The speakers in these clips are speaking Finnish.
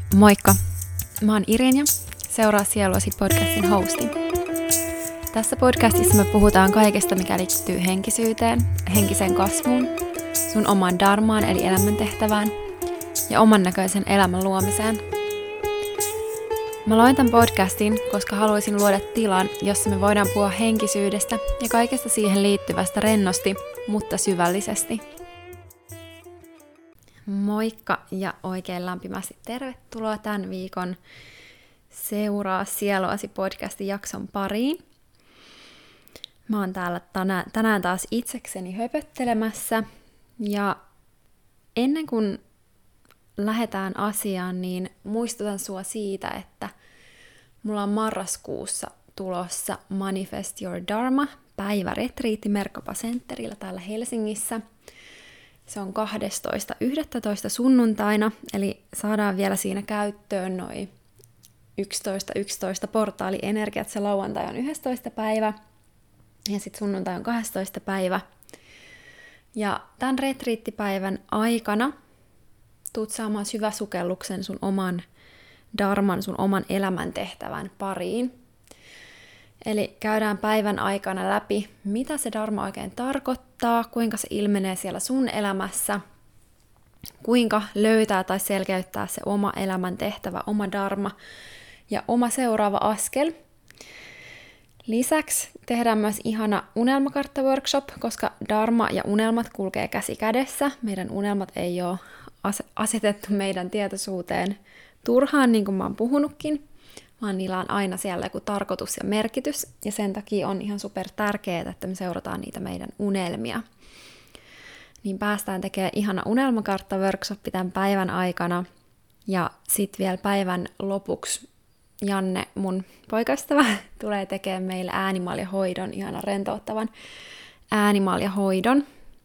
Moikka! Mä oon Irinja, Seuraa sieluasi podcastin hosti. Tässä podcastissa me puhutaan kaikesta, mikä liittyy henkisyyteen, henkiseen kasvuun, sun omaan dharmaan eli elämäntehtävään ja oman näköisen elämän luomiseen. Mä loin tämän podcastin, koska haluaisin luoda tilan, jossa me voidaan puhua henkisyydestä ja kaikesta siihen liittyvästä rennosti, mutta syvällisesti. Moikka ja oikein lämpimästi tervetuloa tämän viikon Seuraa sieluasi podcastin jakson pariin. Mä oon täällä tänään taas itsekseni höpöttelemässä ja ennen kuin lähdetään asiaan, niin muistutan sua siitä, että mulla on marraskuussa tulossa Manifest Your Dharma päiväretriitti Merkapa Centerillä täällä Helsingissä. Se on 12.11. sunnuntaina, eli saadaan vielä siinä käyttöön noi 11.11 portaalienergiat. Se lauantai on 11. päivä ja sitten sunnuntai on 12. päivä. Ja tämän retriittipäivän aikana tuut saamaan syväsukelluksen sun oman dharman, sun oman elämäntehtävän pariin. Eli käydään päivän aikana läpi, mitä se dharma oikein tarkoittaa, kuinka se ilmenee siellä sun elämässä, kuinka löytää tai selkeyttää se oma elämäntehtävä, oma dharma ja oma seuraava askel. Lisäksi tehdään myös ihana unelmakartta-workshop, koska dharma ja unelmat kulkee käsi kädessä. Meidän unelmat ei ole asetettu meidän tietoisuuteen turhaan, niin kuin mä oon puhunutkin, vaan niillä on aina siellä joku tarkoitus ja merkitys, ja sen takia on ihan super tärkeää, että me seurataan niitä meidän unelmia. Niin päästään tekemään ihana unelmakartta-workshoppi tämän päivän aikana, ja sitten vielä päivän lopuksi Janne, mun poikaystävä, tulee tekemään meille äänimaljahoidon, ihana rentouttavan äänimaljahoidon.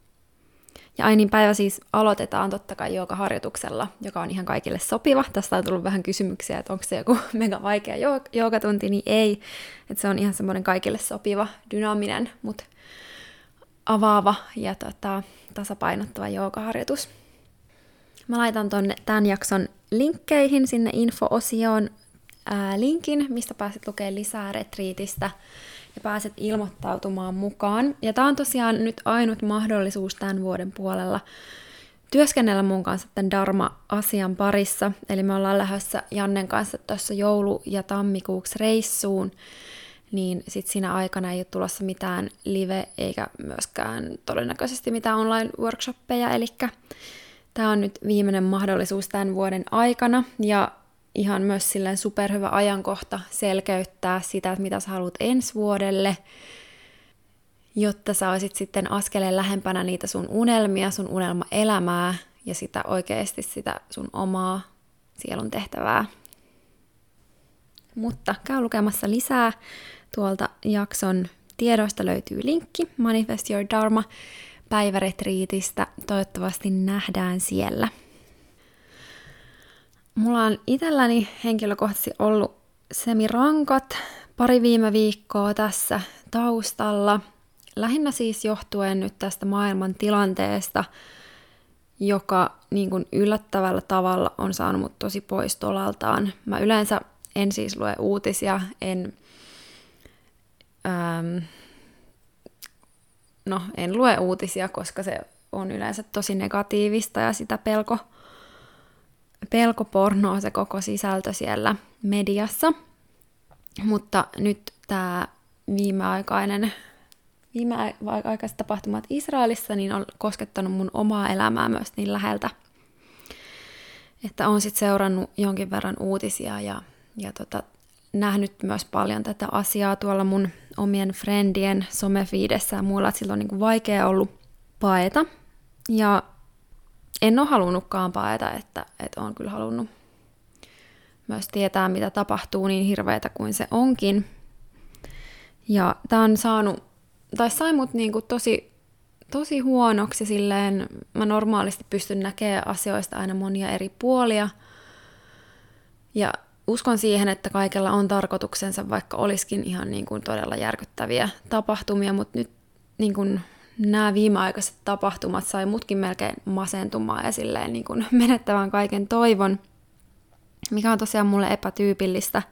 Ja niin päivä siis aloitetaan totta kai joogaharjoituksella, joka on ihan kaikille sopiva. Tästä on tullut vähän kysymyksiä, että onko se joku mega vaikea joogatunti, niin ei. Että se on ihan semmoinen kaikille sopiva, dynaaminen, mutta avaava ja tasapainottava joogaharjoitus. Mä laitan tämän jakson linkkeihin sinne info-osioon linkin, mistä pääset lukemaan lisää retriitistä ja pääset ilmoittautumaan mukaan. Ja tää on tosiaan nyt ainut mahdollisuus tämän vuoden puolella työskennellä mun kanssa tämän Dharma-asian parissa. Eli me ollaan lähdössä Jannen kanssa tuossa joulu- ja tammikuuksi reissuun, niin sit siinä aikana ei ole tulossa mitään live eikä myöskään todennäköisesti mitään online-workshoppeja. Eli tää on nyt viimeinen mahdollisuus tämän vuoden aikana ja ihan myös silleen superhyvä ajankohta selkeyttää sitä, että mitä sä haluat ensi vuodelle, jotta sä olisit sitten askeleen lähempänä niitä sun unelmia, sun unelmaelämää ja sitä oikeasti sitä sun omaa sielun tehtävää. Mutta käy lukemassa lisää. Tuolta jakson tiedoista löytyy linkki Manifest Your Dharma päiväretriitistä. Toivottavasti nähdään siellä. Mulla on itselläni henkilökohtaisesti ollut semirankat pari viime viikkoa tässä taustalla. Lähinnä siis johtuen nyt tästä maailman tilanteesta, joka niin kuin yllättävällä tavalla on saanut mut tosi pois tolaltaan. Mä yleensä en siis lue uutisia, en lue uutisia, koska se on yleensä tosi negatiivista ja sitä pelkopornoa se koko sisältö siellä mediassa, mutta nyt tämä viimeaikaiset tapahtumat Israelissa niin on koskettanut mun omaa elämää myös niin läheltä, että olen sitten seurannut jonkin verran uutisia ja nähnyt myös paljon tätä asiaa tuolla mun omien friendien somefiidessä ja muilla, että sillä on niin kuin vaikea ollut paeta ja en ole halunnutkaan paeta, että olen kyllä halunnut myös tietää, mitä tapahtuu niin hirveätä kuin se onkin. Ja tämä on sai mut niinku tosi huonoksi silleen, mä normaalisti pystyn näkemään asioista aina monia eri puolia. Ja uskon siihen, että kaikella on tarkoituksensa, vaikka olisikin ihan niin kuin todella järkyttäviä tapahtumia, mutta nyt niin kuin nämä viimeaikaiset tapahtumat sai mutkin melkein masentumaan ja silleen niin kuin menettävän kaiken toivon. mikä on tosiaan mulle epätyypillistä.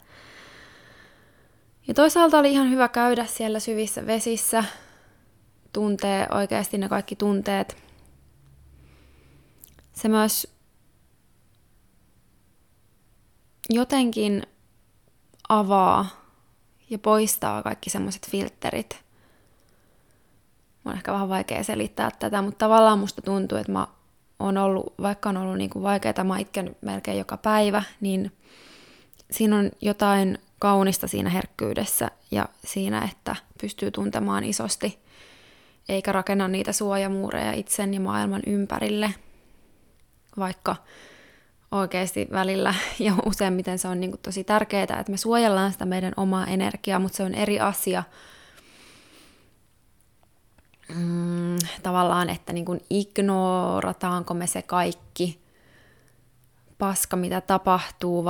Ja toisaalta oli ihan hyvä käydä siellä syvissä vesissä, tuntee oikeasti ne kaikki tunteet. Se myös jotenkin avaa ja poistaa kaikki semmoiset filterit. On ehkä vähän vaikea selittää tätä, mutta tavallaan musta tuntuu, että vaikka on ollut niin kuin vaikeaa, mä itken melkein joka päivä, niin siinä on jotain kaunista siinä herkkyydessä ja siinä, että pystyy tuntemaan isosti, eikä rakenna niitä suojamuureja itsen ja maailman ympärille, vaikka oikeasti välillä ja useimmiten se on niin kuin tosi tärkeää, että me suojellaan sitä meidän omaa energiaa, mutta se on eri asia tavallaan, että niin kuin ignorataanko me se kaikki paska, mitä tapahtuu,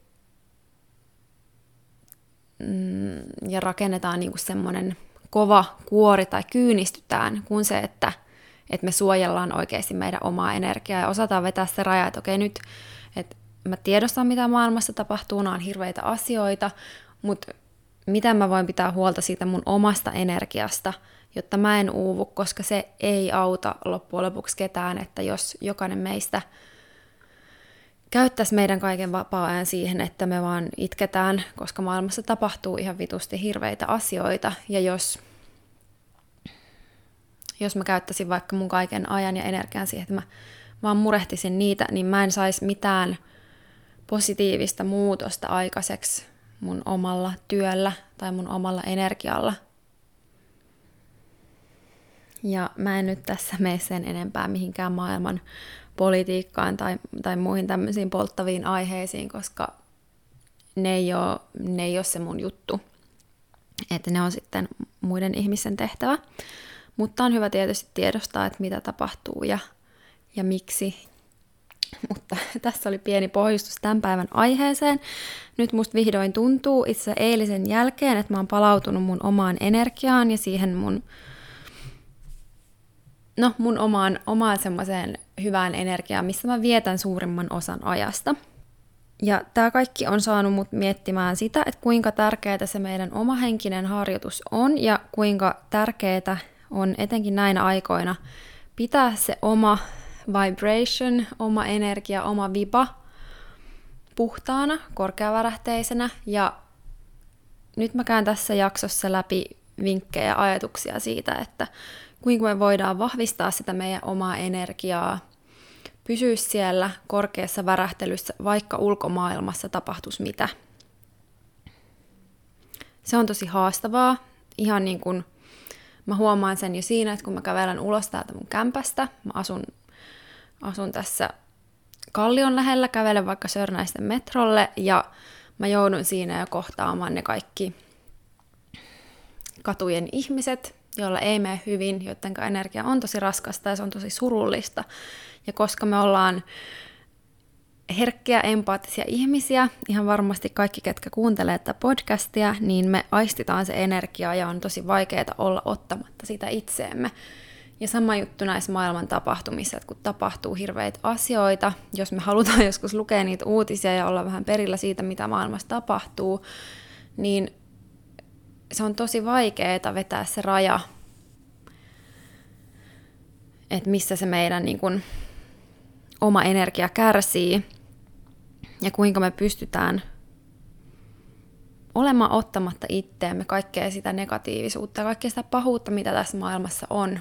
ja rakennetaan niin kuin semmoinen kova kuori tai kyynistytään, kun se, että me suojellaan oikeasti meidän omaa energiaa ja osataan vetää se raja, että okei nyt, että mä tiedostan, mitä maailmassa tapahtuu, nämä on hirveitä asioita, mutta miten mä voin pitää huolta siitä mun omasta energiasta, jotta mä en uuvu, koska se ei auta loppujen lopuksi ketään, että jos jokainen meistä käyttäisi meidän kaiken vapaa-ajan siihen, että me vaan itketään, koska maailmassa tapahtuu ihan vitusti hirveitä asioita, ja jos mä käyttäisin vaikka mun kaiken ajan ja energian siihen, että mä vaan murehtisin niitä, niin mä en saisi mitään positiivista muutosta aikaiseksi mun omalla työllä tai mun omalla energialla. Ja mä en nyt tässä mene sen enempää mihinkään maailman politiikkaan tai muihin tämmöisiin polttaviin aiheisiin, koska ne ei ole se mun juttu. Että ne on sitten muiden ihmisten tehtävä. Mutta on hyvä tietysti tiedostaa, että mitä tapahtuu ja miksi. Mutta tässä oli pieni pohjustus tämän päivän aiheeseen. Nyt musta vihdoin tuntuu itse eilisen jälkeen, että mä oon palautunut mun omaan energiaan ja siihen mun omaan semmoiseen hyvään energiaan, missä mä vietän suurimman osan ajasta. Ja tämä kaikki on saanut mut miettimään sitä, että kuinka tärkeää se meidän oma henkinen harjoitus on ja kuinka tärkeää on etenkin näinä aikoina pitää se oma vibration, oma energia, oma viba puhtaana, korkeavärähteisenä. Ja nyt mä käyn tässä jaksossa läpi vinkkejä ja ajatuksia siitä, että kuinka me voidaan vahvistaa sitä meidän omaa energiaa, pysyä siellä korkeassa värähtelyssä, vaikka ulkomaailmassa tapahtuisi mitä. Se on tosi haastavaa. Ihan niin kuin mä huomaan sen jo siinä, että kun mä kävelen ulos täältä mun kämpästä, mä asun tässä Kallion lähellä, kävelen vaikka Sörnäisten metrolle ja mä joudun siinä jo kohtaamaan ne kaikki katujen ihmiset, joilla ei mene hyvin, joiden energia on tosi raskasta ja se on tosi surullista. Ja koska me ollaan herkkiä, empaattisia ihmisiä, ihan varmasti kaikki, ketkä kuuntelee tätä podcastia, niin me aistitaan se energia ja on tosi vaikeaa olla ottamatta sitä itseemme. Ja sama juttu näissä maailman tapahtumissa, että kun tapahtuu hirveitä asioita, jos me halutaan joskus lukea niitä uutisia ja olla vähän perillä siitä, mitä maailmassa tapahtuu, niin se on tosi vaikeaa vetää se raja, että missä se meidän niin kun, oma energia kärsii ja kuinka me pystytään olemaan ottamatta itteemme kaikkea sitä negatiivisuutta ja kaikkea sitä pahuutta, mitä tässä maailmassa on.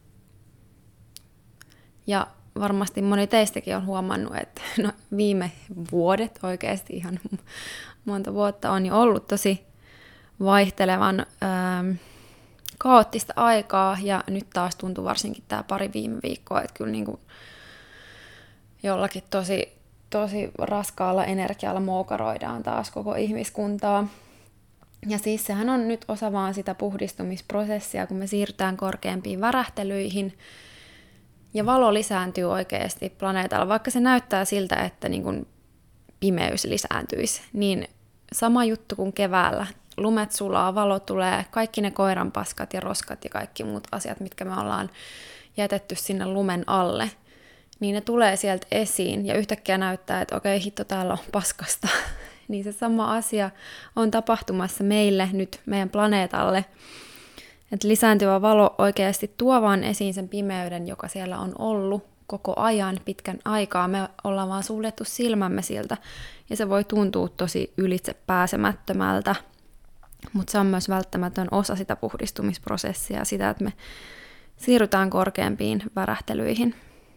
Ja varmasti moni teistäkin on huomannut, että viime vuodet oikeasti ihan monta vuotta on jo ollut tosi vaihtelevan kaoottista aikaa, ja nyt taas tuntuu varsinkin tämä pari viime viikkoa, että kyllä niin kuin jollakin tosi raskaalla energialla moukaroidaan taas koko ihmiskuntaa. Ja siis sehän on nyt osa vaan sitä puhdistumisprosessia, kun me siirrytään korkeampiin värähtelyihin, ja valo lisääntyy oikeasti planeetalla, vaikka se näyttää siltä, että niin kuin pimeys lisääntyisi, niin sama juttu kuin keväällä. Lumet sulaa, valo tulee, kaikki ne koiranpaskat ja roskat ja kaikki muut asiat, mitkä me ollaan jätetty sinne lumen alle, niin ne tulee sieltä esiin ja yhtäkkiä näyttää, että okei, hitto, täällä on paskasta. Niin se sama asia on tapahtumassa meille nyt, meidän planeetalle. Että lisääntyvä valo oikeasti tuo vaan esiin sen pimeyden, joka siellä on ollut koko ajan, pitkän aikaa. Me ollaan vaan suljettu silmämme siltä, ja se voi tuntua tosi ylitse pääsemättömältä, mutta se on myös välttämätön osa sitä puhdistumisprosessia ja sitä, että me siirrytään korkeampiin värähtelyihin.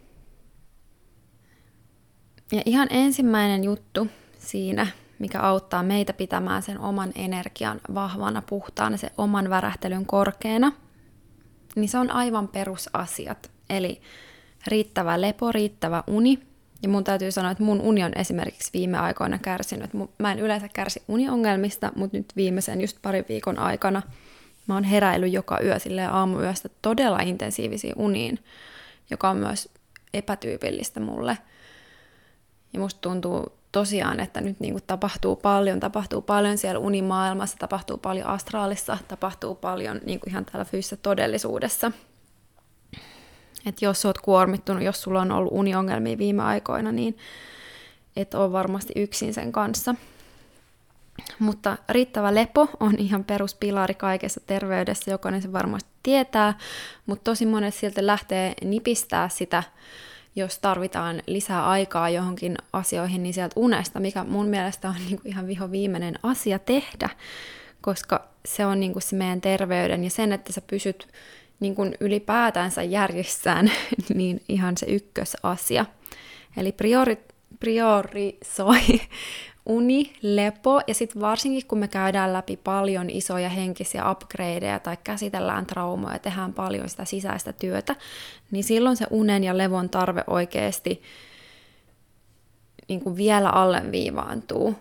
Ja ihan ensimmäinen juttu siinä, mikä auttaa meitä pitämään sen oman energian vahvana, puhtaana, sen oman värähtelyn korkeana, niin se on aivan perusasiat. Eli riittävä lepo, riittävä uni. Ja mun täytyy sanoa, että mun uni on esimerkiksi viime aikoina kärsinyt. Mä en yleensä kärsi uniongelmista, mutta nyt viimeisen just parin viikon aikana mä oon heräillyt joka yö silleen aamuyöstä todella intensiivisiin uniin, joka on myös epätyypillistä mulle. Ja musta tuntuu tosiaan, että nyt niin kuin tapahtuu paljon siellä unimaailmassa, tapahtuu paljon astraalissa, tapahtuu paljon niin kuin ihan täällä fyysisessä todellisuudessa. Että jos oot kuormittunut, jos sulla on ollut uniongelmia viime aikoina, niin et ole varmasti yksin sen kanssa. Mutta riittävä lepo on ihan peruspilari kaikessa terveydessä, jokainen se varmasti tietää, mutta tosi monet siltä lähtee nipistää sitä, jos tarvitaan lisää aikaa johonkin asioihin, niin sieltä unesta, mikä mun mielestä on niin kuin ihan vihoviimeinen asia tehdä, koska se on niin kuin se meidän terveyden ja sen, että sä pysyt niin kuin ylipäätänsä järjissään, niin ihan se ykkösasia. Eli priorisoi uni, lepo, ja sitten varsinkin kun me käydään läpi paljon isoja henkisiä upgradeja tai käsitellään traumoja ja tehdään paljon sitä sisäistä työtä, niin silloin se unen ja levon tarve oikeasti niin kuin vielä alleviivaantuu.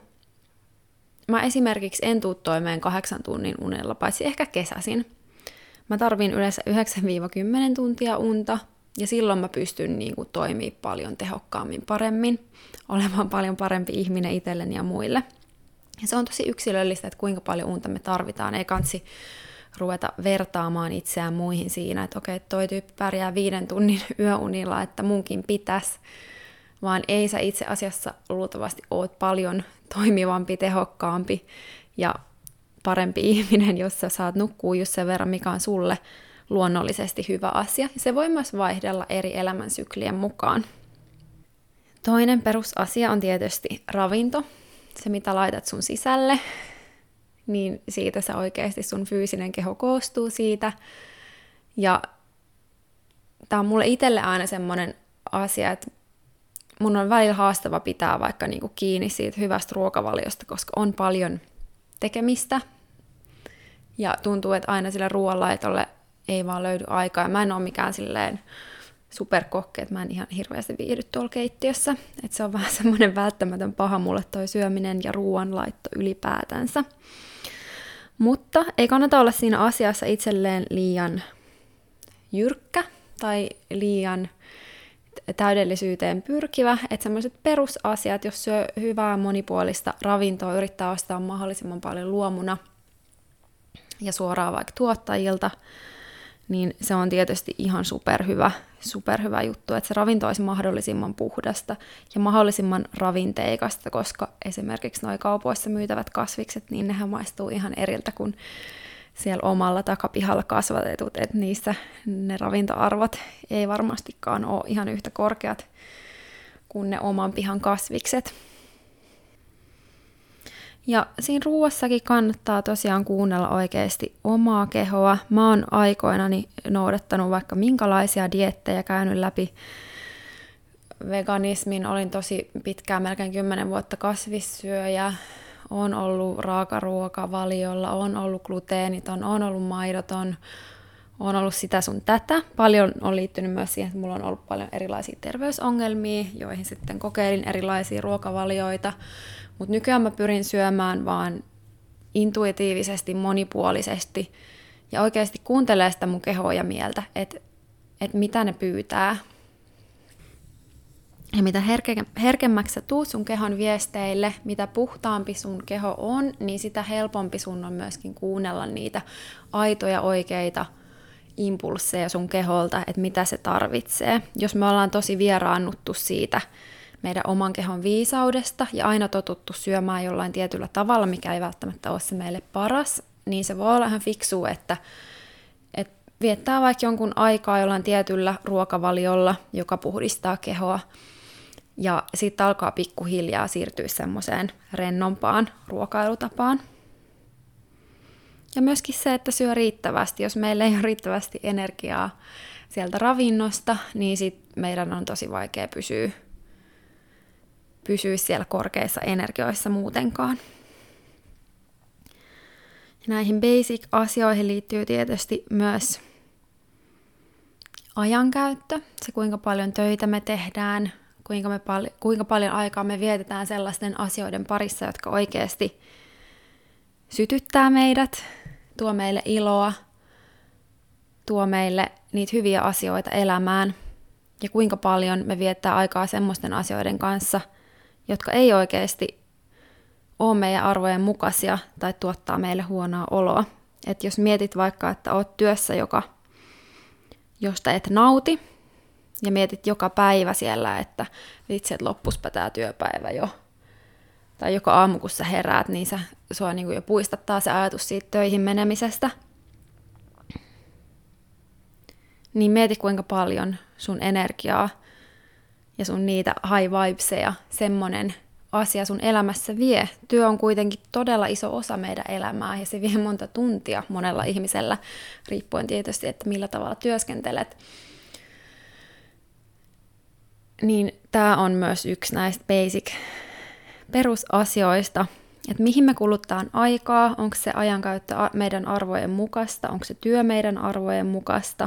Mä esimerkiksi en tuu toimeen 8 tunnin unella, paitsi ehkä kesäsin. Mä tarvin yleensä 9-10 tuntia unta, ja silloin mä pystyn niin kuin toimimaan paljon tehokkaammin, paremmin, olemaan paljon parempi ihminen itselleni ja muille. Ja se on tosi yksilöllistä, että kuinka paljon unta me tarvitaan. Ei kansi ruveta vertaamaan itseään muihin siinä, että okei, toi tyyppi pärjää 5 tunnin yöunilla, että munkin pitäisi. Vaan ei sä itse asiassa luultavasti oot paljon toimivampi, tehokkaampi ja parempi ihminen, jos sä saat nukkua just sen verran, mikä on sulle luonnollisesti hyvä asia. Se voi myös vaihdella eri elämänsyklien mukaan. Toinen perusasia on tietysti ravinto. Se, mitä laitat sun sisälle, niin siitä se oikeasti sun fyysinen keho koostuu siitä. Ja tää on mulle itselle aina semmoinen asia, että mun on välillä haastava pitää vaikka niinku kiinni siitä hyvästä ruokavaliosta, koska on paljon tekemistä. Ja tuntuu, että aina sillä ruoanlaitolle ei vaan löydy aikaa. Mä en ole mikään silleen superkokki, että mä en ihan hirveästi viihdy tuolla keittiössä. Että se on vähän semmoinen välttämätön paha mulle toi syöminen ja ruoanlaitto ylipäätänsä. Mutta ei kannata olla siinä asiassa itselleen liian jyrkkä tai liian täydellisyyteen pyrkivä. Että semmoiset perusasiat, jos syö hyvää monipuolista ravintoa, yrittää ostaa mahdollisimman paljon luomuna ja suoraan vaikka tuottajilta, niin se on tietysti ihan superhyvä juttu, että se ravinto olisi mahdollisimman puhdasta ja mahdollisimman ravinteikasta, koska esimerkiksi nuo kaupoissa myytävät kasvikset, niin nehän maistuu ihan eriltä kuin siellä omalla takapihalla kasvatetut, että niissä ne ravintoarvot ei varmastikaan ole ihan yhtä korkeat kuin ne oman pihan kasvikset. Ja siinä ruuassakin kannattaa tosiaan kuunnella oikeasti omaa kehoa. Mä oon aikoinani noudattanut vaikka minkälaisia dieettejä, käynyt läpi veganismin, olin tosi pitkään, melkein 10 vuotta kasvissyöjä, on ollut raakaruokavaliolla, on ollut gluteeniton, on ollut maidoton, on ollut sitä sun tätä. Paljon on liittynyt myös siihen, että mulla on ollut paljon erilaisia terveysongelmia, joihin sitten kokeilin erilaisia ruokavalioita. Mutta nykyään mä pyrin syömään vaan intuitiivisesti, monipuolisesti ja oikeasti kuuntelee sitä mun kehoa ja mieltä, että mitä ne pyytää. Ja mitä herkemmäksi sä tuut sun kehon viesteille, mitä puhtaampi sun keho on, niin sitä helpompi sun on myöskin kuunnella niitä aitoja, oikeita impulsseja sun keholta, että mitä se tarvitsee. Jos me ollaan tosi vieraannuttu siitä meidän oman kehon viisaudesta ja aina totuttu syömään jollain tietyllä tavalla, mikä ei välttämättä ole se meille paras, niin se voi olla ihan fiksua, että viettää vaikka jonkun aikaa jollain tietyllä ruokavaliolla, joka puhdistaa kehoa, ja sitten alkaa pikkuhiljaa siirtyä semmoiseen rennompaan ruokailutapaan. Ja myöskin se, että syö riittävästi. Jos meillä ei ole riittävästi energiaa sieltä ravinnosta, niin sit meidän on tosi vaikea pysyä siellä korkeissa energioissa muutenkaan. Ja näihin basic-asioihin liittyy tietysti myös ajankäyttö, se kuinka paljon töitä me tehdään, kuinka paljon aikaa me vietetään sellaisten asioiden parissa, jotka oikeasti sytyttää meidät, tuo meille iloa, tuo meille niitä hyviä asioita elämään, ja kuinka paljon me viettää aikaa semmoisten asioiden kanssa, jotka ei oikeasti ole meidän arvojen mukaisia tai tuottaa meille huonoa oloa. Et jos mietit vaikka, että oot työssä, josta et nauti, ja mietit joka päivä siellä, että vitsi, että loppuspa tää työpäivä jo, tai joka aamu kun sä heräät, niin sua niin kuin jo puistattaa se ajatus siitä töihin menemisestä, niin mieti kuinka paljon sun energiaa ja sun niitä high vibeseja semmonen asia sun elämässä vie. Työ on kuitenkin todella iso osa meidän elämää ja se vie monta tuntia monella ihmisellä, riippuen tietysti, että millä tavalla työskentelet. Niin tää on myös yksi näistä basic perusasioista, että mihin me kuluttaan aikaa, onko se ajankäyttö meidän arvojen mukaista, onko se työ meidän arvojen mukaista,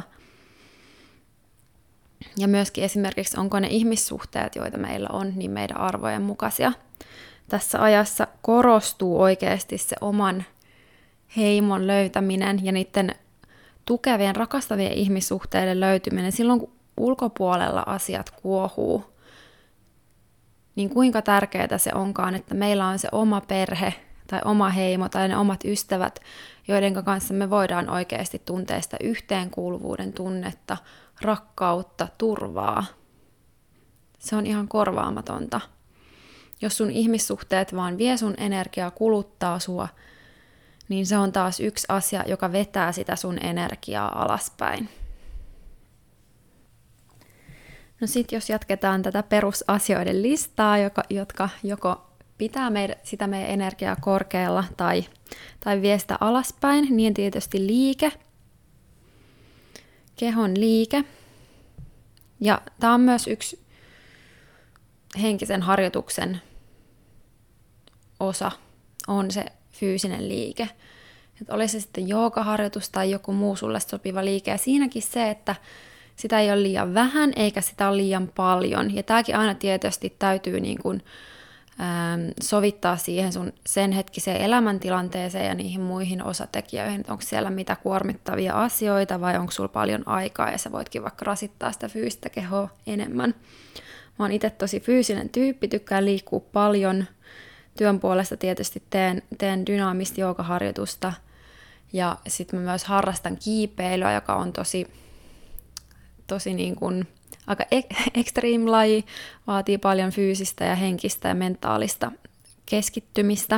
ja myöskin esimerkiksi onko ne ihmissuhteet, joita meillä on, niin meidän arvojen mukaisia. Tässä ajassa korostuu oikeasti se oman heimon löytäminen ja niiden tukevien, rakastavien ihmissuhteiden löytyminen silloin, kun ulkopuolella asiat kuohuu, niin kuinka tärkeää se onkaan, että meillä on se oma perhe tai oma heimo tai ne omat ystävät, joiden kanssa me voidaan oikeasti tuntea sitä yhteenkuuluvuuden tunnetta, rakkautta, turvaa. Se on ihan korvaamatonta. Jos sun ihmissuhteet vaan vie sun energiaa, kuluttaa sua, niin se on taas yksi asia, joka vetää sitä sun energiaa alaspäin. No sit jos jatketaan tätä perusasioiden listaa, jotka joko pitää sitä meidän energiaa korkealla tai vie sitä alaspäin, niin tietysti liike, kehon liike. Ja tämä on myös yksi henkisen harjoituksen osa, on se fyysinen liike. Että oli se sitten joogaharjoitus tai joku muu sulle sopiva liike. Ja siinäkin se, että sitä ei ole liian vähän eikä sitä ole liian paljon. Ja tämäkin aina tietysti täytyy niin kuin, sovittaa siihen sun sen hetkiseen elämäntilanteeseen ja niihin muihin osatekijöihin. Onko siellä mitä kuormittavia asioita vai onko sulla paljon aikaa ja sä voitkin vaikka rasittaa sitä fyysistä kehoa enemmän. Mä oon itse tosi fyysinen tyyppi, tykkään liikkua paljon. Työn puolesta tietysti teen dynaamista joogaharjoitusta ja sitten mä myös harrastan kiipeilyä, joka on tosi niin kuin aika extreme laji, vaatii paljon fyysistä ja henkistä ja mentaalista keskittymistä.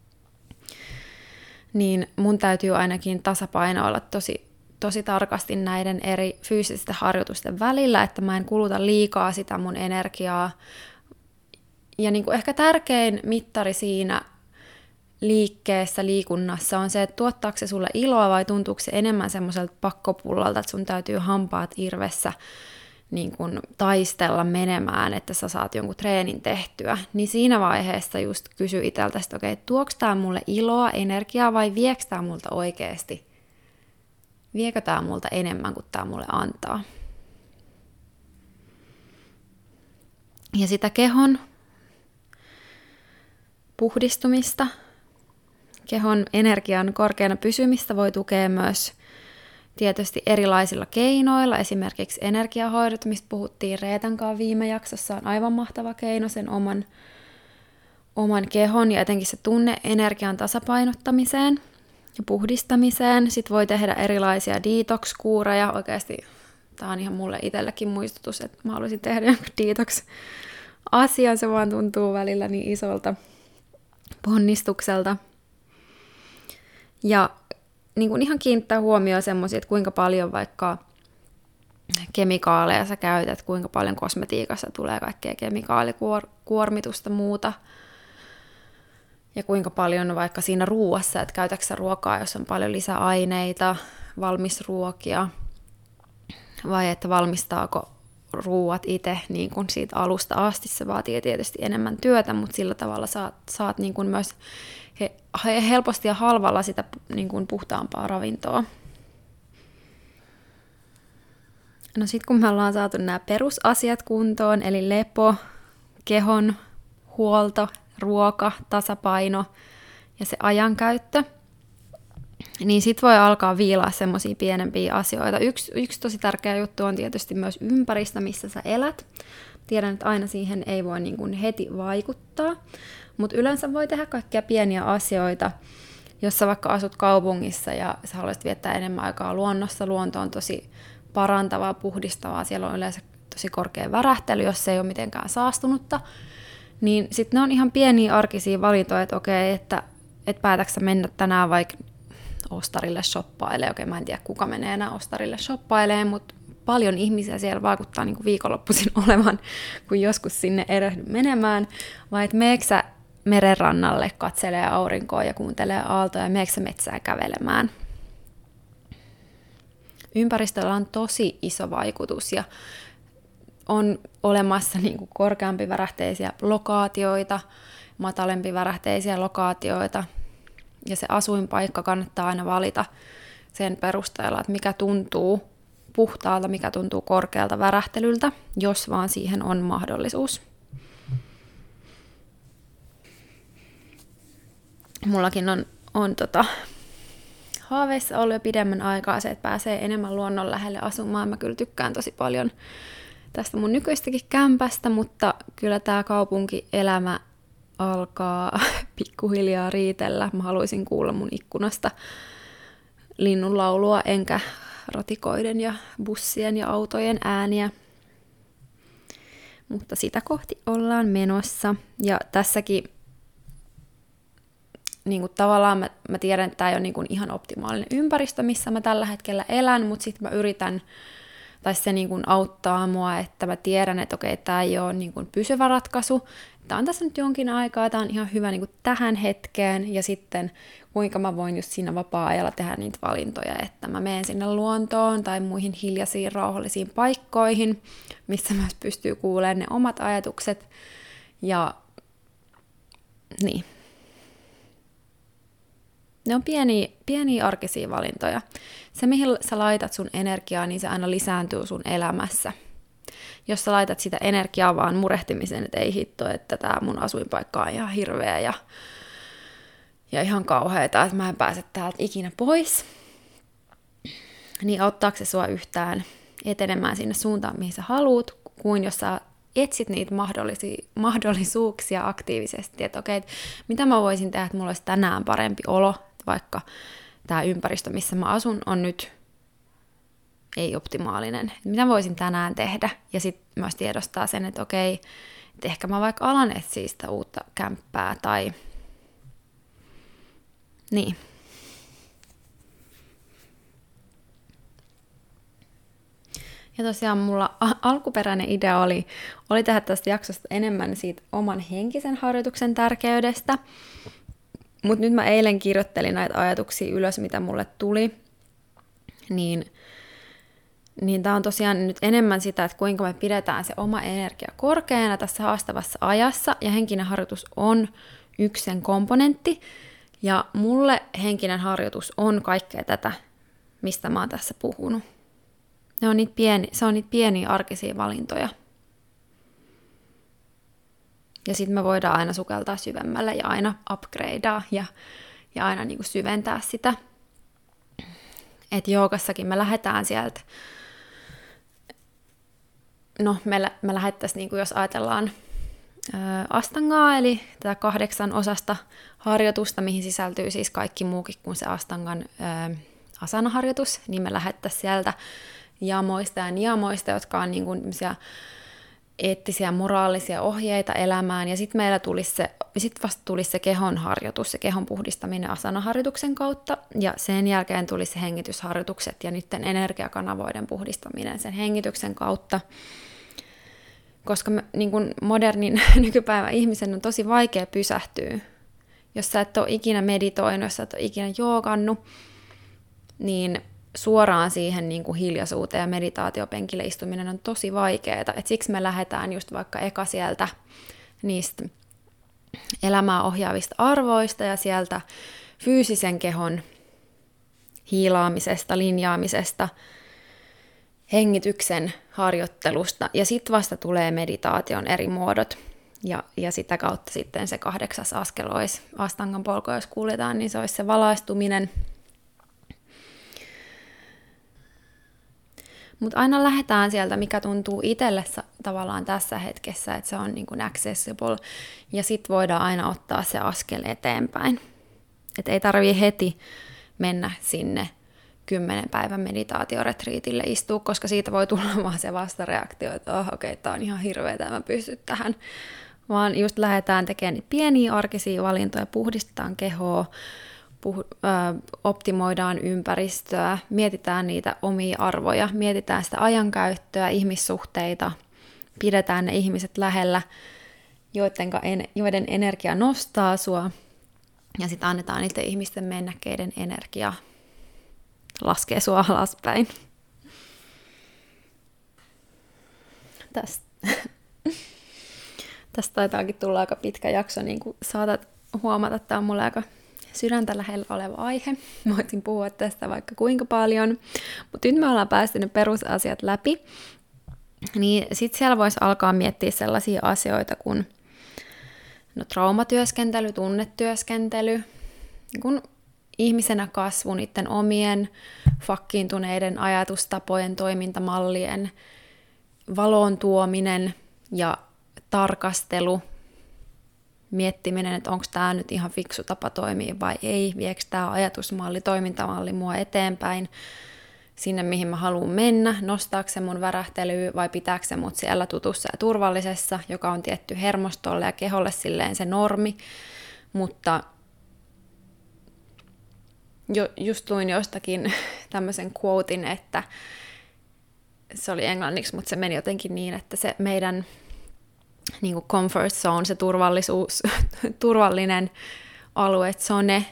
Niin mun täytyy ainakin tasapaino olla tosi tarkasti näiden eri fyysisten harjoitusten välillä, että mä en kuluta liikaa sitä mun energiaa. Ja niin kuin ehkä tärkein mittari siinä liikunnassa on se, että tuottaako se sulle iloa vai tuntuuko se enemmän semmoiselta pakkopullalta, että sun täytyy hampaat irvessä niin kun taistella menemään, että sä saat jonkun treenin tehtyä. Niin siinä vaiheessa just kysy itseltä, että okei, tuoks tää mulle iloa, energiaa vai viekö tää multa oikeasti? Viekö tää multa enemmän kuin tää mulle antaa? Ja sitä kehon puhdistumista, kehon energian korkeana pysymistä voi tukea myös tietysti erilaisilla keinoilla, esimerkiksi energiahoidot, mistä puhuttiin Reetan kanssa viime jaksossa, on aivan mahtava keino sen oman kehon ja etenkin se tunne energian tasapainottamiseen. ja puhdistamiseen. Sitten voi tehdä erilaisia detox-kuureja. Oikeasti tämä on ihan mulle itsellekin muistutus, että mä haluaisin tehdä jonkun detox-asian. Se vaan tuntuu välillä niin isolta ponnistukselta. Ja niin kuin ihan kiinnittää huomioon semmoisia, että kuinka paljon vaikka kemikaaleja sä käytät, kuinka paljon kosmetiikassa tulee kaikkea kemikaalikuormitusta muuta. Ja kuinka paljon vaikka siinä ruuassa, että käytätkö sä ruokaa, jos on paljon lisäaineita, valmisruokia, vai että valmistaako ruuat itse niin kuin siitä alusta asti. Se vaatii tietysti enemmän työtä, mutta sillä tavalla saat niin kuin myös helposti ja halvalla sitä niin kuin puhtaampaa ravintoa. No sit kun me ollaan saatu nämä perusasiat kuntoon, eli lepo, kehon huolto, ruoka, tasapaino ja se ajankäyttö, niin sit voi alkaa viilaa semmosia pienempiä asioita. Yksi tosi tärkeä juttu on tietysti myös ympäristö, missä sä elät. Tiedän, että aina siihen ei voi niin kuin heti vaikuttaa, mutta yleensä voi tehdä kaikkia pieniä asioita. Jos sä vaikka asut kaupungissa ja sä haluaisit viettää enemmän aikaa luonnossa, luonto on tosi parantavaa, puhdistavaa, siellä on yleensä tosi korkea värähtely, jos se ei ole mitenkään saastunutta, niin sitten ne on ihan pieniä arkisia valintoja, että okei, että päätätkö sä mennä tänään vaikka ostarille shoppailemaan. Okei, mä en tiedä kuka menee enää ostarille shoppailemaan, mutta paljon ihmisiä siellä vaikuttaa niin kuin viikonloppuisin olevan, kun joskus sinne erehdy menemään, vai että meekö sä merenrannalle katselee aurinkoa ja kuuntelee aaltoja ja meekö sä metsää kävelemään. Ympäristöllä on tosi iso vaikutus ja on olemassa niin kuin korkeampivärähteisiä lokaatioita, matalempivärähteisiä lokaatioita ja se asuinpaikka kannattaa aina valita sen perusteella, että mikä tuntuu puhtaalta, mikä tuntuu korkealta värähtelyltä, jos vaan siihen on mahdollisuus. Mullakin on haaveissa ollut jo pidemmän aikaa se, että pääsee enemmän luonnon lähelle asumaan. Mä kyllä tykkään tosi paljon tästä mun nykyistäkin kämpästä, mutta kyllä tää kaupunkielämä alkaa pikkuhiljaa riitellä. Mä haluaisin kuulla mun ikkunasta linnunlaulua, enkä ratikoiden ja bussien ja autojen ääniä. Mutta sitä kohti ollaan menossa. Ja tässäkin niin kuin tavallaan mä tiedän, että tämä ei ole niin kuin ihan optimaalinen ympäristö, missä mä tällä hetkellä elän, mutta sitten mä yritän, tai se niin kuin auttaa mua, että mä tiedän, että okei, tämä ei ole niin kuin pysyvä ratkaisu. Tämä on tässä nyt jonkin aikaa, tämä on ihan hyvä niin kuin tähän hetkeen, ja sitten kuinka mä voin just siinä vapaa-ajalla tehdä niitä valintoja, että mä menen sinne luontoon tai muihin hiljaisiin, rauhallisiin paikkoihin, missä myös pystyy kuulemaan ne omat ajatukset, ja niin. Ne on pieniä arkisia valintoja. Se, mihin sä laitat sun energiaa, niin se aina lisääntyy sun elämässä. Jos sä laitat sitä energiaa vaan murehtimiseen, että ei hitto, että tää mun asuinpaikka on ihan hirveä ja ihan kauheeta, että mä en pääse täältä ikinä pois, niin auttaako se sua yhtään etenemään sinne suuntaan, mihin sä haluut, kuin jos sä etsit niitä mahdollisuuksia aktiivisesti, että okei, mitä mä voisin tehdä, että mulla olisi tänään parempi olo, vaikka tämä ympäristö, missä mä asun, on nyt ei optimaalinen. Mitä voisin tänään tehdä? Ja sitten myös tiedostaa sen, että okei, että ehkä mä vaikka alan etsiä sitä uutta kämppää tai niin. Ja tosiaan mulla alkuperäinen idea oli tehdä tästä jaksosta enemmän siitä oman henkisen harjoituksen tärkeydestä. Mutta nyt mä eilen kirjoittelin näitä ajatuksia ylös, mitä mulle tuli. Niin tää on tosiaan nyt enemmän sitä, että kuinka me pidetään se oma energia korkeana tässä haastavassa ajassa. Ja henkinen harjoitus on yksi sen komponentti. Ja mulle henkinen harjoitus on kaikkea tätä, mistä mä oon tässä puhunut. Se on niitä pieniä arkisia valintoja. Ja sitten me voidaan aina sukeltaa syvemmälle ja aina upgradea ja aina niinku syventää sitä. Että joogassakin me lähdetään sieltä. No, me lähdettäisiin, niinku jos ajatellaan astangaa, eli tätä 8 osasta harjoitusta, mihin sisältyy siis kaikki muukin kuin se astangan asanaharjoitus, niin me lähdettäisiin sieltä jamoista ja niamoista, jotka on niin kuin eettisiä, moraalisia ohjeita elämään, ja sitten meillä vasta tulisi se kehon harjoitus, se kehon puhdistaminen asanaharjoituksen kautta, ja sen jälkeen tulisi se hengitysharjoitukset ja niiden energiakanavoiden puhdistaminen sen hengityksen kautta, koska niin kuin modernin nykypäivän ihmisen on tosi vaikea pysähtyä. Jos sä et ole ikinä meditoinut, jos sä et ole ikinä joogannut, niin suoraan siihen niin kuin hiljaisuuteen ja meditaatiopenkille istuminen on tosi vaikeaa. Et siksi me lähdetään just vaikka eka sieltä niistä elämää ohjaavista arvoista ja sieltä fyysisen kehon hiilaamisesta, linjaamisesta, hengityksen harjoittelusta, ja sitten vasta tulee meditaation eri muodot, ja sitä kautta sitten se 8. askel olisi astangan polku, jos kuljetaan, niin se olisi se valaistuminen. Mutta aina lähdetään sieltä, mikä tuntuu itselle tavallaan tässä hetkessä, että se on niin kuin accessible, ja sitten voidaan aina ottaa se askel eteenpäin. Että ei tarvitse heti mennä sinne 10 päivän meditaatioretriitille istua, koska siitä voi tulla vaan se vastareaktio, että okei, tää on ihan hirveetä, mä pystyn tähän. Vaan just lähdetään tekemään pieniä arkisia valintoja, puhdistetaan kehoa, optimoidaan ympäristöä, mietitään niitä omia arvoja, mietitään sitä ajankäyttöä, ihmissuhteita, pidetään ne ihmiset lähellä, joiden energia nostaa sua, ja sitten annetaan niiden ihmisten mennä, keiden energia laskee sua alaspäin. Tästä taitaakin tulla aika pitkä jakso, niin kuin saatat huomata, että tämä on mulle aika sydäntä lähellä oleva aihe. Mä voisin puhua tästä vaikka kuinka paljon, mutta nyt me ollaan päästy ne perusasiat läpi. Niin sitten siellä voisi alkaa miettiä sellaisia asioita kuin traumatyöskentely, tunnetyöskentely, niin kun ihmisenä kasvu niiden omien fakkiintuneiden ajatustapojen, toimintamallien valoon tuominen ja tarkastelu, miettiminen, että onko tämä nyt ihan fiksu tapa toimia vai ei, viekö tämä ajatusmalli, toimintamalli mua eteenpäin sinne, mihin mä haluan mennä, nostaako se mun värähtelyä vai pitääkö se mut siellä tutussa ja turvallisessa, joka on tietty hermostolle ja keholle silleen se normi, mutta just luin jostakin tämmöisen quotein, että se oli englanniksi, mutta se meni jotenkin niin, että se meidän niin kuin comfort zone, se turvallisuus, turvallinen alue, zone,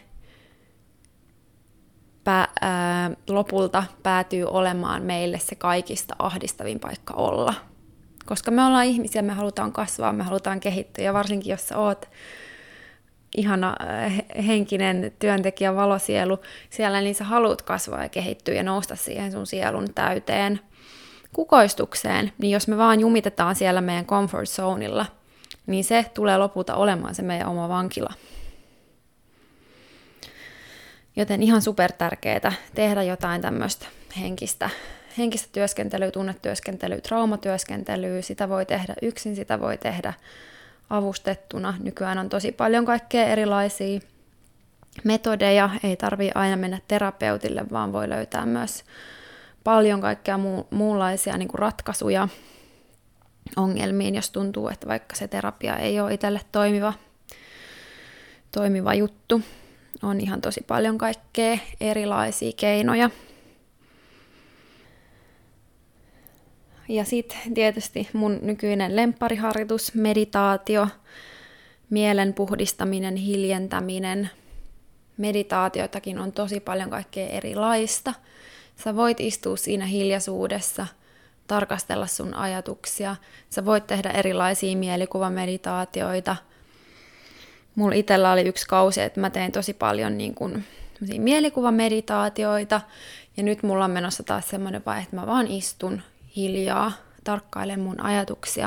lopulta päätyy olemaan meille se kaikista ahdistavin paikka olla. Koska me ollaan ihmisiä, me halutaan kasvaa, me halutaan kehittyä, ja varsinkin jos sä oot ihana henkinen työntekijä, valosielu siellä, niin sä haluat kasvaa ja kehittyä ja nousta siihen sun sielun täyteen kukoistukseen, niin jos me vaan jumitetaan siellä meidän comfort zoneilla, niin se tulee lopulta olemaan se meidän oma vankila. Joten ihan super tärkeää tehdä jotain tämmöistä henkistä työskentelyä, tunnetyöskentelyä, traumatyöskentelyä, sitä voi tehdä yksin, sitä voi tehdä avustettuna. Nykyään on tosi paljon kaikkea erilaisia metodeja, ei tarvitse aina mennä terapeutille, vaan voi löytää myös paljon kaikkea muunlaisia niin kuin ratkaisuja ongelmiin, jos tuntuu, että vaikka se terapia ei ole itselle toimiva juttu. On ihan tosi paljon kaikkea erilaisia keinoja. Ja sitten tietysti mun nykyinen lemppariharjoitus, meditaatio, mielen puhdistaminen, hiljentäminen. Meditaatiotakin on tosi paljon kaikkea erilaista. Sä voit istua siinä hiljaisuudessa, tarkastella sun ajatuksia. Sä voit tehdä erilaisia mielikuvameditaatioita. Mulla itsellä oli yksi kausi, että mä tein tosi paljon niin kuin mielikuvameditaatioita. Ja nyt mulla on menossa taas semmoinen vaihe, että mä vaan istun hiljaa, tarkkailen mun ajatuksia.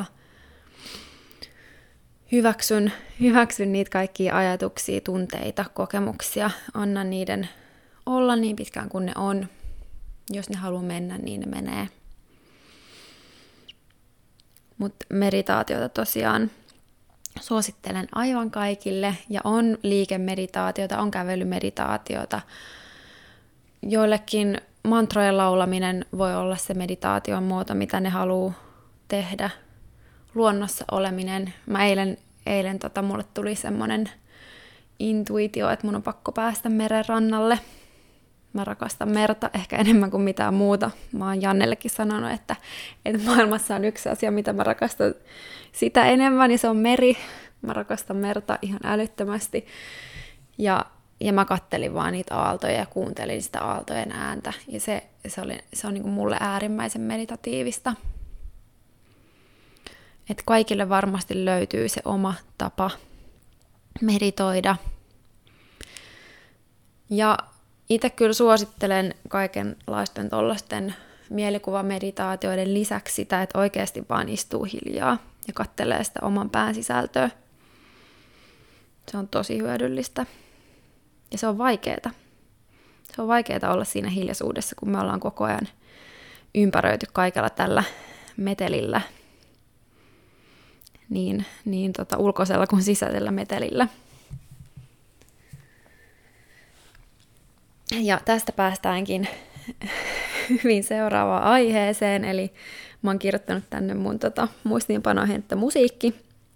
Hyväksyn niitä kaikkia ajatuksia, tunteita, kokemuksia. Annan niiden olla niin pitkään kuin ne on. Jos ne haluaa mennä, niin ne menee. Mutta meditaatiota tosiaan Suosittelen aivan kaikille, ja on liikemeditaatiota, on kävelymeditaatiota. Joillekin mantrojen laulaminen voi olla se meditaation muoto, mitä ne haluaa tehdä. Luonnossa oleminen. Mä eilen mulle tuli semmonen intuitio, että mun on pakko päästä meren rannalle. Mä rakastan merta ehkä enemmän kuin mitään muuta. Mä oon Jannellekin sanonut, että maailmassa on yksi asia, mitä mä rakastan sitä enemmän, ja se on meri. Mä rakastan merta ihan älyttömästi. Ja mä kattelin vaan niitä aaltoja ja kuuntelin sitä aaltojen ääntä. Ja se on niin kuin mulle äärimmäisen meditatiivista. Että kaikille varmasti löytyy se oma tapa meditoida. Ja itse kyllä suosittelen kaikenlaisten tollaisten mielikuvameditaatioiden lisäksi sitä, että oikeasti vaan istuu hiljaa ja katselee sitä oman pään sisältöä. Se on tosi hyödyllistä. Ja se on vaikeeta. Se on vaikeeta olla siinä hiljaisuudessa, kun me ollaan koko ajan ympäröity kaikella tällä metelillä. Niin ulkoisella kuin sisäisellä metelillä. Ja tästä päästäänkin hyvin seuraavaan aiheeseen, eli mä oon kirjoittanut tänne mun muistiinpanoihin, että musiikki.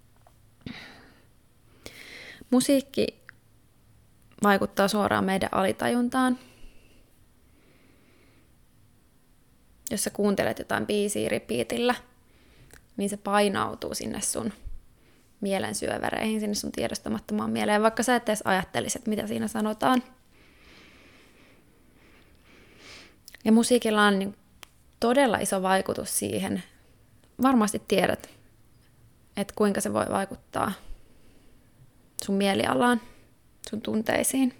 Musiikki vaikuttaa suoraan meidän alitajuntaan. Jos sä kuuntelet jotain biisiä repeatillä, niin se painautuu sinne sun mielen syövereihin, sinne sun tiedostamattomaan mieleen, vaikka sä et edes ajattelisi, että mitä siinä sanotaan. Ja musiikilla on niin todella iso vaikutus siihen. Varmasti tiedät, että kuinka se voi vaikuttaa sun mielialaan, sun tunteisiin.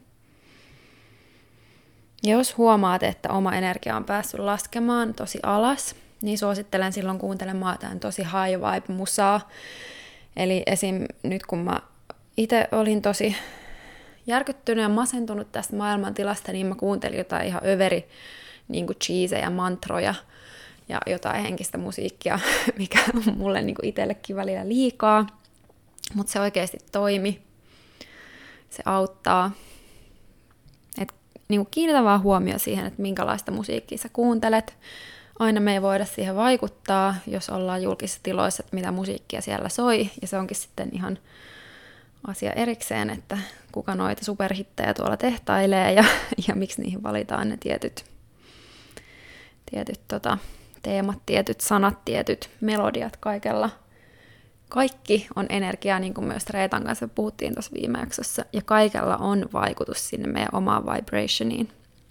Ja jos huomaat, että oma energia on päässyt laskemaan tosi alas, niin suosittelen silloin kuuntelemaan jotain tosi high vibe musaa. Eli esim. Nyt kun mä itse olin tosi järkyttynyt ja masentunut tästä maailmantilasta, niin mä kuuntelin jotain ihan överi niin kuin cheesejä, mantroja ja jotain henkistä musiikkia, mikä on mulle niin kuin itsellekin välillä liikaa. Mutta se oikeasti toimi. Se auttaa. Et, niin kuin kiinnitä vaan huomio siihen, että minkälaista musiikkia sä kuuntelet. Aina me ei voida siihen vaikuttaa, jos ollaan julkisissa tiloissa, että mitä musiikkia siellä soi. Ja se onkin sitten ihan asia erikseen, että kuka noita superhittejä tuolla tehtailee ja miksi niihin valitaan ne tietyt teemat, tietyt sanat, tietyt melodiat kaikella. Kaikki on energiaa, niin kuin myös Reetan kanssa puhuttiin tuossa viime jaksossa, ja kaikella on vaikutus sinne meidän omaan vibrationiin.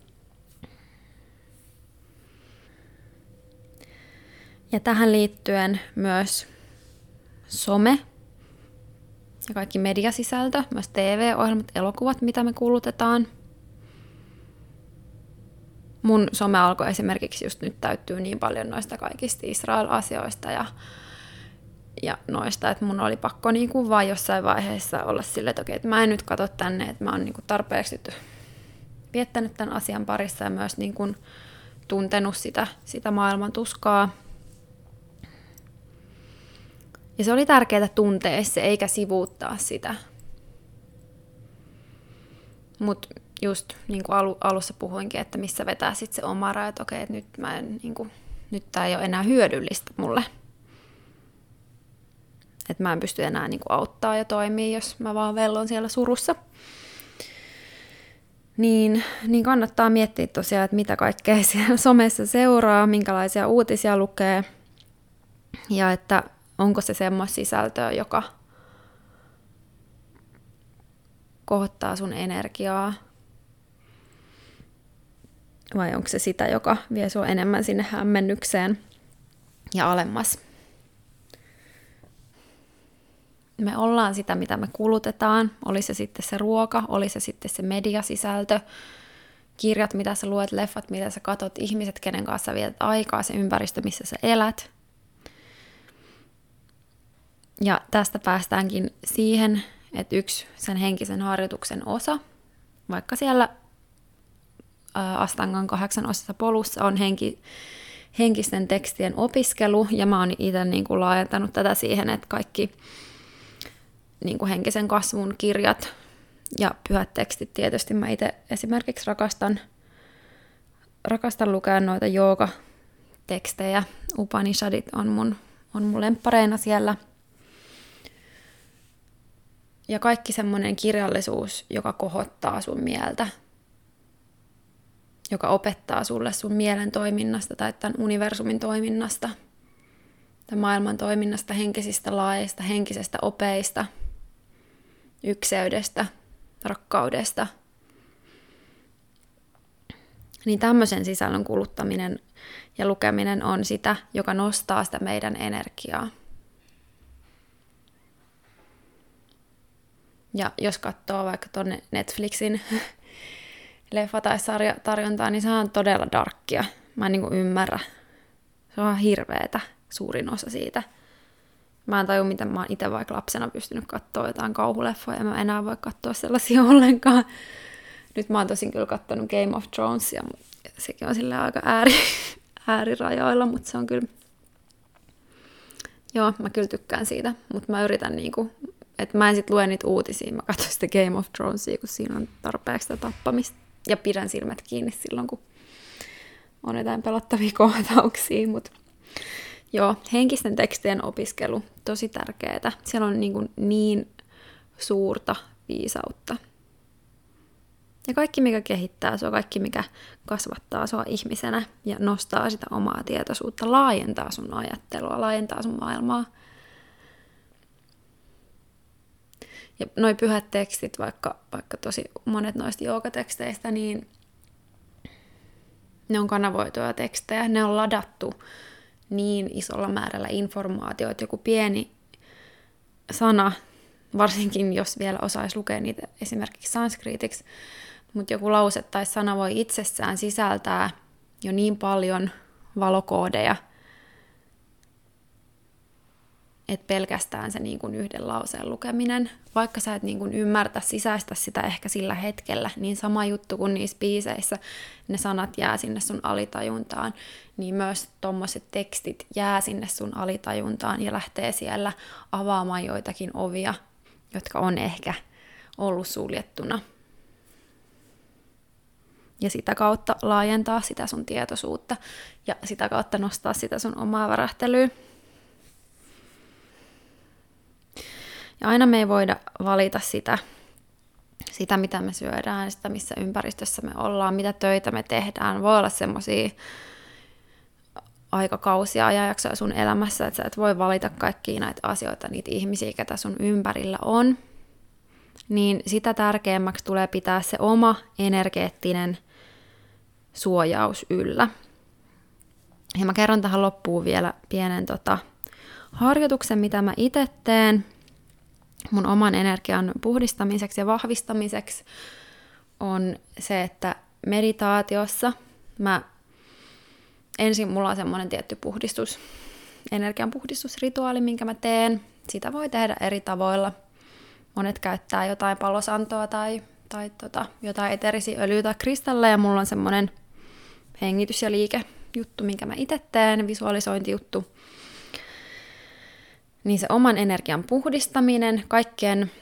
Ja tähän liittyen myös some ja kaikki mediasisältö, myös TV-ohjelmat, elokuvat, mitä me kulutetaan. Mun some alkoi esimerkiksi just nyt täyttyy niin paljon noista kaikista Israel-asioista ja noista, että mun oli pakko niinku vaan jossain vaiheessa olla silleen, että okei, että mä en nyt katso tänne, että mä oon niinku tarpeeksi nyt viettänyt tämän asian parissa ja myös niinku tuntenut sitä maailman tuskaa. Ja se oli tärkeää tuntea se, eikä sivuuttaa sitä. Mutta just niin kuin alussa puhuinkin, että missä vetää sitten se oma raja, että okei, että nyt tämä ei ole enää hyödyllistä mulle. Että mä en pysty enää niin kuin auttaa ja toimia, jos mä vaan vellon siellä surussa. Niin kannattaa miettiä tosiaan, että mitä kaikkea siellä somessa seuraa, minkälaisia uutisia lukee ja että onko se semmoista sisältöä, joka kohottaa sun energiaa, vai onko se sitä, joka vie sua enemmän sinne hämmennykseen ja alemmas. Me ollaan sitä, mitä me kulutetaan, oli se sitten se ruoka, oli se sitten se mediasisältö, kirjat, mitä sä luet, leffat, mitä sä katot, ihmiset, kenen kanssa vietät aikaa, se ympäristö, missä sä elät. Ja tästä päästäänkin siihen, että yksi sen henkisen harjoituksen osa, vaikka siellä Astangan 8 osassa polussa on henkisten tekstien opiskelu, ja mä oon itse niin kuin laajentanut tätä siihen, että kaikki niin kuin henkisen kasvun kirjat ja pyhät tekstit tietysti. Mä itse esimerkiksi rakastan lukea noita joogatekstejä. Upanishadit on mun lemppareina siellä. Ja kaikki semmoinen kirjallisuus, joka kohottaa sun mieltä, joka opettaa sulle sun mielen toiminnasta tai tämän universumin toiminnasta, tämän maailman toiminnasta, henkisistä laeista, henkisestä opeista, ykseydestä, rakkaudesta. Niin tämmöisen sisällön kuluttaminen ja lukeminen on sitä, joka nostaa sitä meidän energiaa. Ja jos katsoo vaikka tuonne Netflixin leffa- tai sarjatarjontaa, niin se on todella darkkia. Mä en ymmärrä. Se on hirveetä, suurin osa siitä. Mä en tajua, miten mä oon itse vaikka lapsena pystynyt katsoa jotain kauhuleffoja, ja mä enää voi katsoa sellaisia ollenkaan. Nyt mä oon tosin kyllä katsonut Game of Thronesia, mutta sekin on silleen aika äärirajoilla, mutta se on kyllä... Joo, mä kyllä tykkään siitä, mutta mä yritän että mä en sit lue niitä uutisia, mä katson sitä Game of Thronesia, kun siinä on tarpeeksi sitä tappamista. Ja pidän silmät kiinni silloin, kun on jotain pelottavia kohtauksia, mutta joo, henkisten tekstien opiskelu, tosi tärkeää. Siellä on niin suurta viisautta. Ja kaikki, mikä kehittää sua, kaikki, mikä kasvattaa sua ihmisenä ja nostaa sitä omaa tietoisuutta, laajentaa sun ajattelua, laajentaa sun maailmaa. Ja noi pyhät tekstit, vaikka tosi monet noista joogateksteistä, niin ne on kanavoituja tekstejä, ne on ladattu niin isolla määrällä informaatiota, että joku pieni sana, varsinkin jos vielä osaisi lukea niitä esimerkiksi sanskritiksi, mutta joku lause tai sana voi itsessään sisältää jo niin paljon valokoodeja, että pelkästään se yhden lauseen lukeminen, vaikka sä et sisäistä sitä ehkä sillä hetkellä, niin sama juttu kuin niissä biiseissä ne sanat jää sinne sun alitajuntaan, niin myös tommoset tekstit jää sinne sun alitajuntaan ja lähtee siellä avaamaan joitakin ovia, jotka on ehkä ollut suljettuna. Ja sitä kautta laajentaa sitä sun tietoisuutta ja sitä kautta nostaa sitä sun omaa värähtelyä. Ja aina me ei voida valita sitä, mitä me syödään, sitä, missä ympäristössä me ollaan, mitä töitä me tehdään. Voi olla semmoisia aikakausia, ajanjaksoja sun elämässä, että sä et voi valita kaikkia näitä asioita, niitä ihmisiä, ketä sun ympärillä on. Niin sitä tärkeämmäksi tulee pitää se oma energeettinen suojaus yllä. Ja mä kerron tähän loppuun vielä pienen harjoituksen, mitä mä itse teen mun oman energian puhdistamiseksi ja vahvistamiseksi, on se, että meditaatiossa ensin mulla on semmoinen tietty energian puhdistusrituaali, minkä mä teen. Sitä voi tehdä eri tavoilla. Monet käyttää jotain palosantoa tai jotain eterisiä öljyä tai kristalleja. Mulla on semmoinen hengitys- ja liikejuttu, minkä mä itse teen, visualisointijuttu. Niin se oman energian puhdistaminen, kaikkien,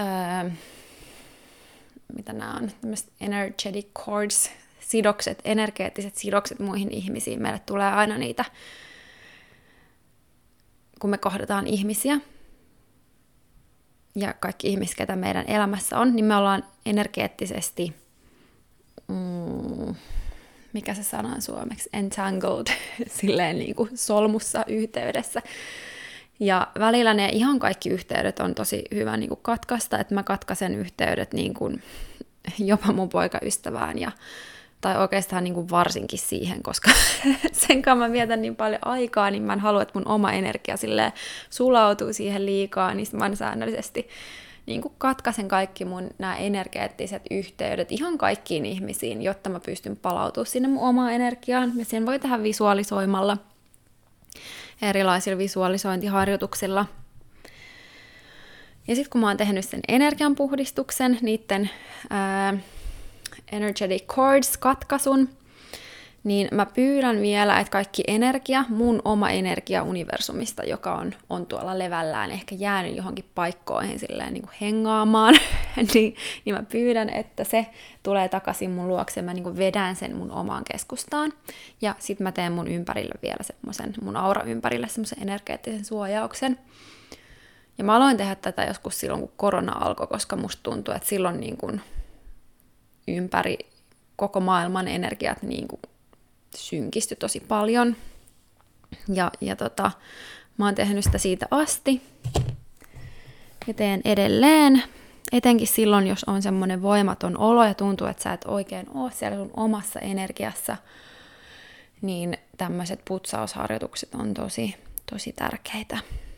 mitä nämä on, tämmöiset energetic cords, sidokset, energeettiset sidokset muihin ihmisiin. Meille tulee aina niitä, kun me kohdataan ihmisiä, ja kaikki ihmiset, ketä meidän elämässä on, niin me ollaan energeettisesti, mikä se sana on suomeksi, entangled, silleen niin kuin solmussa yhteydessä. Ja välillä ne ihan kaikki yhteydet on tosi hyvä niin kuin katkaista, että mä katkaisen yhteydet niin kuin jopa mun poikaystävään tai oikeastaan niin kuin varsinkin siihen, koska sen kanssa mä vietän niin paljon aikaa, niin mä en halua, että mun oma energia silleen sulautuu siihen liikaa, niin mä säännöllisesti niin kuin katkaisen kaikki mun nämä energeettiset yhteydet ihan kaikkiin ihmisiin, jotta mä pystyn palautumaan sinne mun omaan energiaan, ja sen voi tehdä visualisoimalla, erilaisilla visualisointiharjoituksilla. Ja sitten kun mä oon tehnyt sen energianpuhdistuksen, niiden energetic cords katkaisun, niin mä pyydän vielä, että kaikki energia, mun oma energia universumista, joka on tuolla levällään ehkä jäänyt johonkin paikkoihin silleen niin kuin hengaamaan, niin mä pyydän, että se tulee takaisin mun luokse, mä niin kuin vedän sen mun omaan keskustaan, ja sit mä teen mun ympärille vielä semmoisen, mun aura ympärille semmoisen energeettisen suojauksen. Ja mä aloin tehdä tätä joskus silloin, kun korona alkoi, koska musta tuntuu, että silloin niin kuin ympäri koko maailman energiat niin kuin synkistyi tosi paljon. Ja mä oon tehnyt sitä siitä asti. Ja teen edelleen. Etenkin silloin, jos on semmoinen voimaton olo ja tuntuu, että sä et oikein ole siellä sun omassa energiassa, niin tämmöiset putsausharjoitukset on tosi tärkeitä.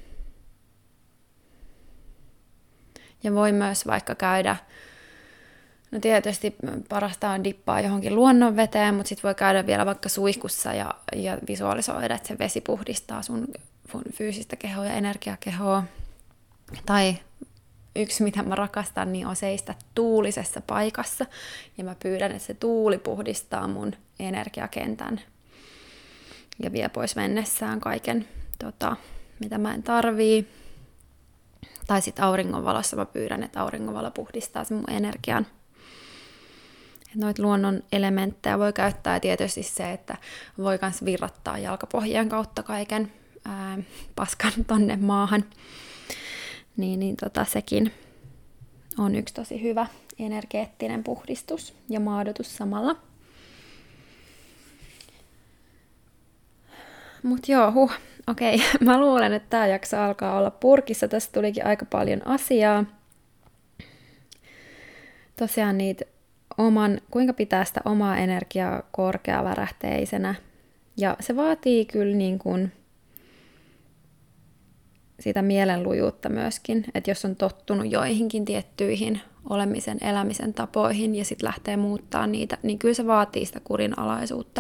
Ja voi myös vaikka käydä, no tietysti parasta on dippaa johonkin luonnonveteen, mutta sitten voi käydä vielä vaikka suihkussa ja visualisoida, että se vesi puhdistaa sun fyysistä kehoa ja energiakehoa. Tai yksi, mitä mä rakastan, niin on seistä tuulisessa paikassa. Ja mä pyydän, että se tuuli puhdistaa mun energiakentän ja vie pois mennessään kaiken, mitä mä en tarvii. Tai sitten auringonvalossa mä pyydän, että auringonvalo puhdistaa sen mun energian. Noita luonnon elementtejä voi käyttää, ja tietysti se, että voi myös virrattaa jalkapohjien kautta kaiken paskan tonne maahan. Sekin on yksi tosi hyvä energeettinen puhdistus ja maadotus samalla. Mut joo, okei. Mä luulen, että tää jakso alkaa olla purkissa. Tästä tulikin aika paljon asiaa. Tosiaan kuinka pitää sitä omaa energiaa korkeavärähteisenä. Ja se vaatii kyllä niin kuin sitä mielenlujuutta myöskin, että jos on tottunut joihinkin tiettyihin olemisen, elämisen tapoihin ja sitten lähtee muuttaa niitä, niin kyllä se vaatii sitä kurinalaisuutta,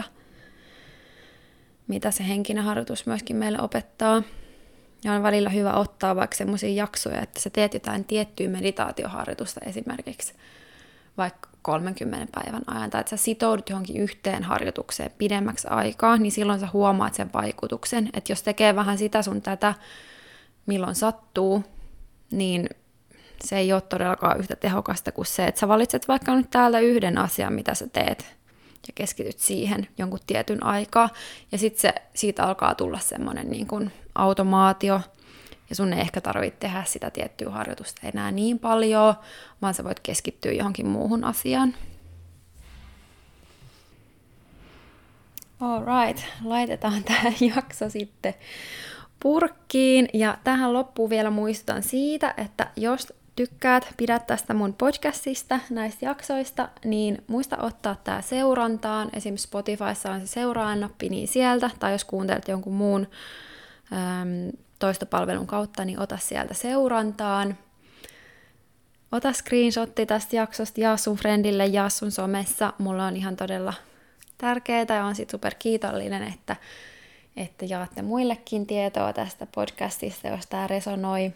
mitä se henkinen harjoitus myöskin meille opettaa. Ja on välillä hyvä ottaa vaikka semmoisia jaksoja, että sä teet jotain tiettyä meditaatioharjoitusta esimerkiksi vaikka 30 päivän ajan, tai että sä sitoudut johonkin yhteen harjoitukseen pidemmäksi aikaa, niin silloin sä huomaat sen vaikutuksen. Että jos tekee vähän sitä sun tätä, milloin sattuu, niin se ei ole todellakaan yhtä tehokasta kuin se, että sä valitset vaikka nyt täältä yhden asian, mitä sä teet, ja keskityt siihen jonkun tietyn aikaa, ja sitten siitä alkaa tulla semmoinen niin kuin automaatio, ja sun ei ehkä tarvitse tehdä sitä tiettyä harjoitusta enää niin paljon, vaan sä voit keskittyä johonkin muuhun asiaan. Alright, laitetaan tämä jakso sitten purkkiin, ja tähän loppuun vielä muistutan siitä, että jos tykkäät, pidät tästä mun podcastista, näistä jaksoista, niin muista ottaa tää seurantaan. Esimerkiksi Spotifyssa on se seuraan-nappi, niin sieltä, tai jos kuuntelet jonkun muun toistopalvelun kautta, niin ota sieltä seurantaan. Ota screenshotti tästä jaksosta, jaa sun friendille, jaa sun somessa. Mulla on ihan todella tärkeää ja on sit super kiitollinen, että jaatte muillekin tietoa tästä podcastista, jos tää resonoi.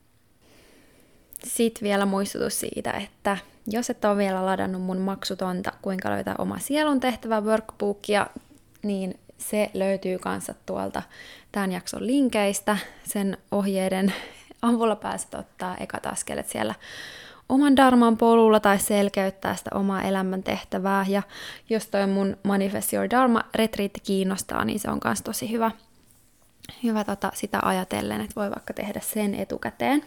Sitten vielä muistutus siitä, että jos et ole vielä ladannut mun maksutonta Kuinka löytää oma sielun tehtävä workbookia, niin se löytyy kanssa tuolta tämän jakson linkeistä. Sen ohjeiden avulla pääset ottaa ekat askelet siellä oman dharman polulla tai selkeyttää sitä omaa elämäntehtävää. Ja jos toi mun Manifest Your Dharma retriitti kiinnostaa, niin se on myös tosi hyvä sitä ajatellen, että voi vaikka tehdä sen etukäteen.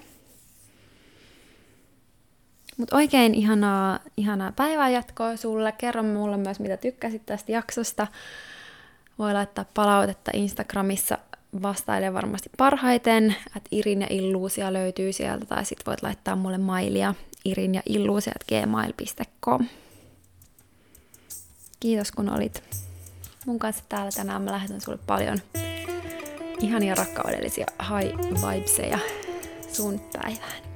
Mutta oikein ihanaa päivää jatkoa sulle. Kerro mulle myös, mitä tykkäsit tästä jaksosta. Voi laittaa palautetta Instagramissa, vastailee varmasti parhaiten, että Irin ja Illuusia löytyy sieltä, tai sit voit laittaa mulle mailia irinjailluusia@gmail.com. Kiitos kun olit mun kanssa täällä tänään. Mä lähetän sulle paljon ihania rakkaudellisia high vibeseja sun päivään.